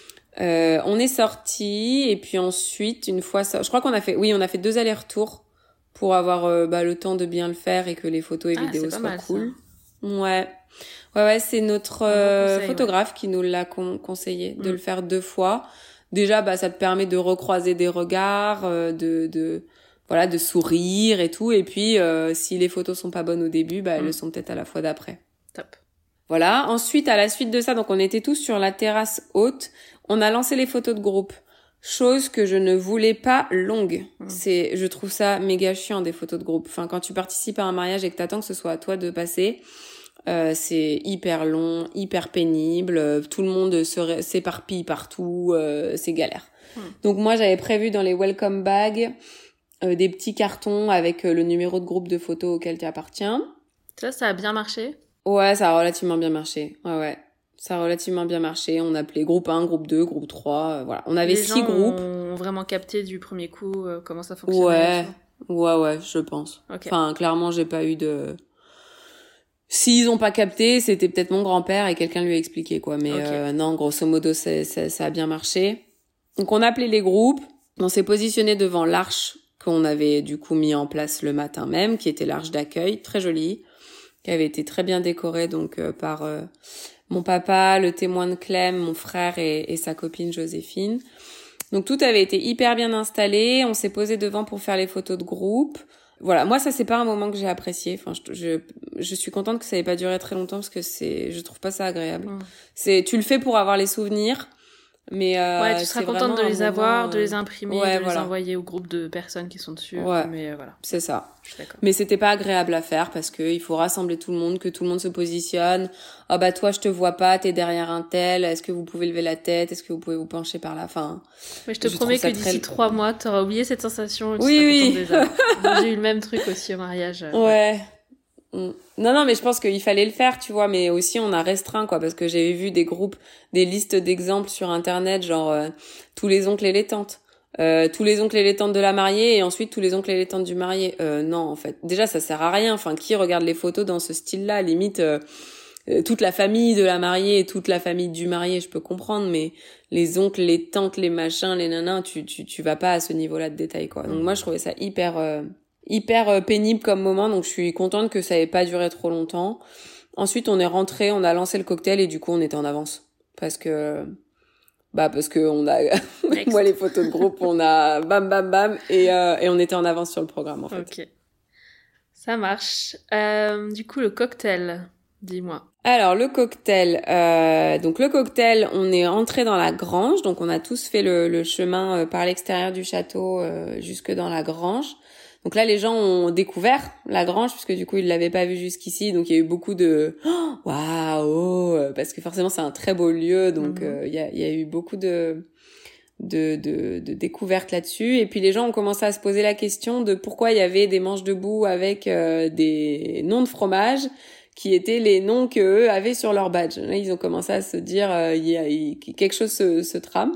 On est sortis et puis ensuite, une fois ça, je crois qu'on a fait 2 allers-retours pour avoir le temps de bien le faire et que les photos et vidéos soient cool. Ça. Ouais, c'est notre photographe qui nous l'a conseillé de le faire 2 fois. Déjà, ça te permet de recroiser des regards, de sourire et tout. Et puis, si les photos sont pas bonnes au début, elles le sont peut-être à la fois d'après. Top. Voilà. Ensuite, à la suite de ça, donc on était tous sur la terrasse haute. On a lancé les photos de groupe. Chose que je ne voulais pas longue. Je trouve ça méga chiant, des photos de groupe. Enfin, quand tu participes à un mariage et que t'attends que ce soit à toi de passer, c'est hyper long, hyper pénible, tout le monde s'éparpille partout, c'est galère. Donc moi j'avais prévu dans les welcome bags des petits cartons avec le numéro de groupe de photos auquel tu appartiens. Ça a bien marché? Ouais, ça a relativement bien marché. Ouais. Ça a relativement bien marché. On appelait groupe 1, groupe 2, groupe 3, voilà. On avait 6 groupes. Les gens ont vraiment capté du premier coup comment ça fonctionnait. Ouais, je pense. Okay. Enfin, clairement, j'ai pas eu de... S'ils ont pas capté, c'était peut-être mon grand-père et quelqu'un lui a expliqué, quoi. Mais non, grosso modo, ça a bien marché. Donc, on a appelé les groupes. On s'est positionné devant l'arche qu'on avait, du coup, mis en place le matin même, qui était l'arche d'accueil, très jolie, qui avait été très bien décorée, donc, par mon papa, le témoin de Clem, mon frère et sa copine Joséphine. Donc, tout avait été hyper bien installé. On s'est posé devant pour faire les photos de groupe. Voilà, moi ça c'est pas un moment que j'ai apprécié. Enfin, je suis contente que ça ait pas duré très longtemps parce que je trouve pas ça agréable. Tu le fais pour avoir les souvenirs, mais tu seras contente de les avoir, de les imprimer, de les envoyer au groupe de personnes qui sont dessus. Mais voilà. C'est ça. Je suis d'accord. Mais c'était pas agréable à faire parce que il faut rassembler tout le monde, que tout le monde se positionne. Toi je te vois pas, t'es derrière un tel. Est-ce que vous pouvez lever la tête? Est-ce que vous pouvez vous pencher par là? Enfin. Mais je te promets que d'ici 3 mois, t'auras oublié cette sensation. Et tu oui. seras contente déjà. J'ai eu le même truc aussi au mariage. Ouais. Non, mais je pense qu'il fallait le faire, tu vois, mais aussi on a restreint, quoi, parce que j'avais vu des groupes, des listes d'exemples sur Internet, genre tous les oncles et les tantes. Tous les oncles et les tantes de la mariée et ensuite tous les oncles et les tantes du marié. Non, en fait. Déjà, ça sert à rien. Enfin, qui regarde les photos dans ce style-là? Limite, toute la famille de la mariée et toute la famille du marié, je peux comprendre, mais les oncles, les tantes, les machins, les nanas, tu vas pas à ce niveau-là de détail, quoi. Donc moi, je trouvais ça hyper pénible comme moment, donc je suis contente que ça ait pas duré trop longtemps. Ensuite, on est rentré, on a lancé le cocktail et du coup, on était en avance. Parce que parce que on a moi les photos de groupe, on a bam bam bam et on était en avance sur le programme en fait. Ok, ça marche. Du coup le cocktail, dis-moi. Alors le cocktail, on est entré dans la grange, donc on a tous fait le chemin par l'extérieur du château jusque dans la grange. Donc là, les gens ont découvert la grange puisque du coup ils l'avaient pas vue jusqu'ici, donc il y a eu beaucoup de waouh, parce que forcément c'est un très beau lieu, donc il y a eu beaucoup de découvertes là-dessus. Et puis les gens ont commencé à se poser la question de pourquoi il y avait des manches debout avec des noms de fromage qui étaient les noms qu'eux avaient sur leur badge. Là, ils ont commencé à se dire quelque chose se trame.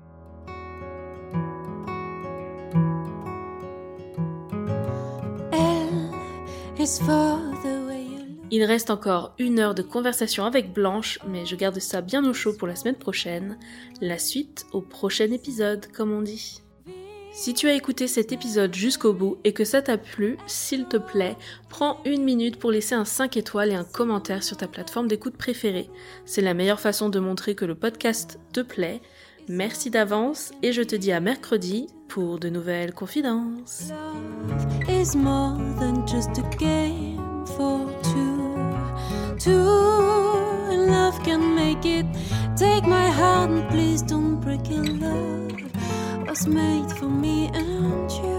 Il reste encore 1 heure de conversation avec Blanche, mais je garde ça bien au chaud pour la semaine prochaine. La suite au prochain épisode, comme on dit. Si tu as écouté cet épisode jusqu'au bout et que ça t'a plu, s'il te plaît, prends 1 minute pour laisser un 5 étoiles et un commentaire sur ta plateforme d'écoute préférée. C'est la meilleure façon de montrer que le podcast te plaît. Merci d'avance et je te dis à mercredi pour de nouvelles confidences. Love is more than just a game for two. And love can make it. Take my hand, please don't break it. Love was made for me and you.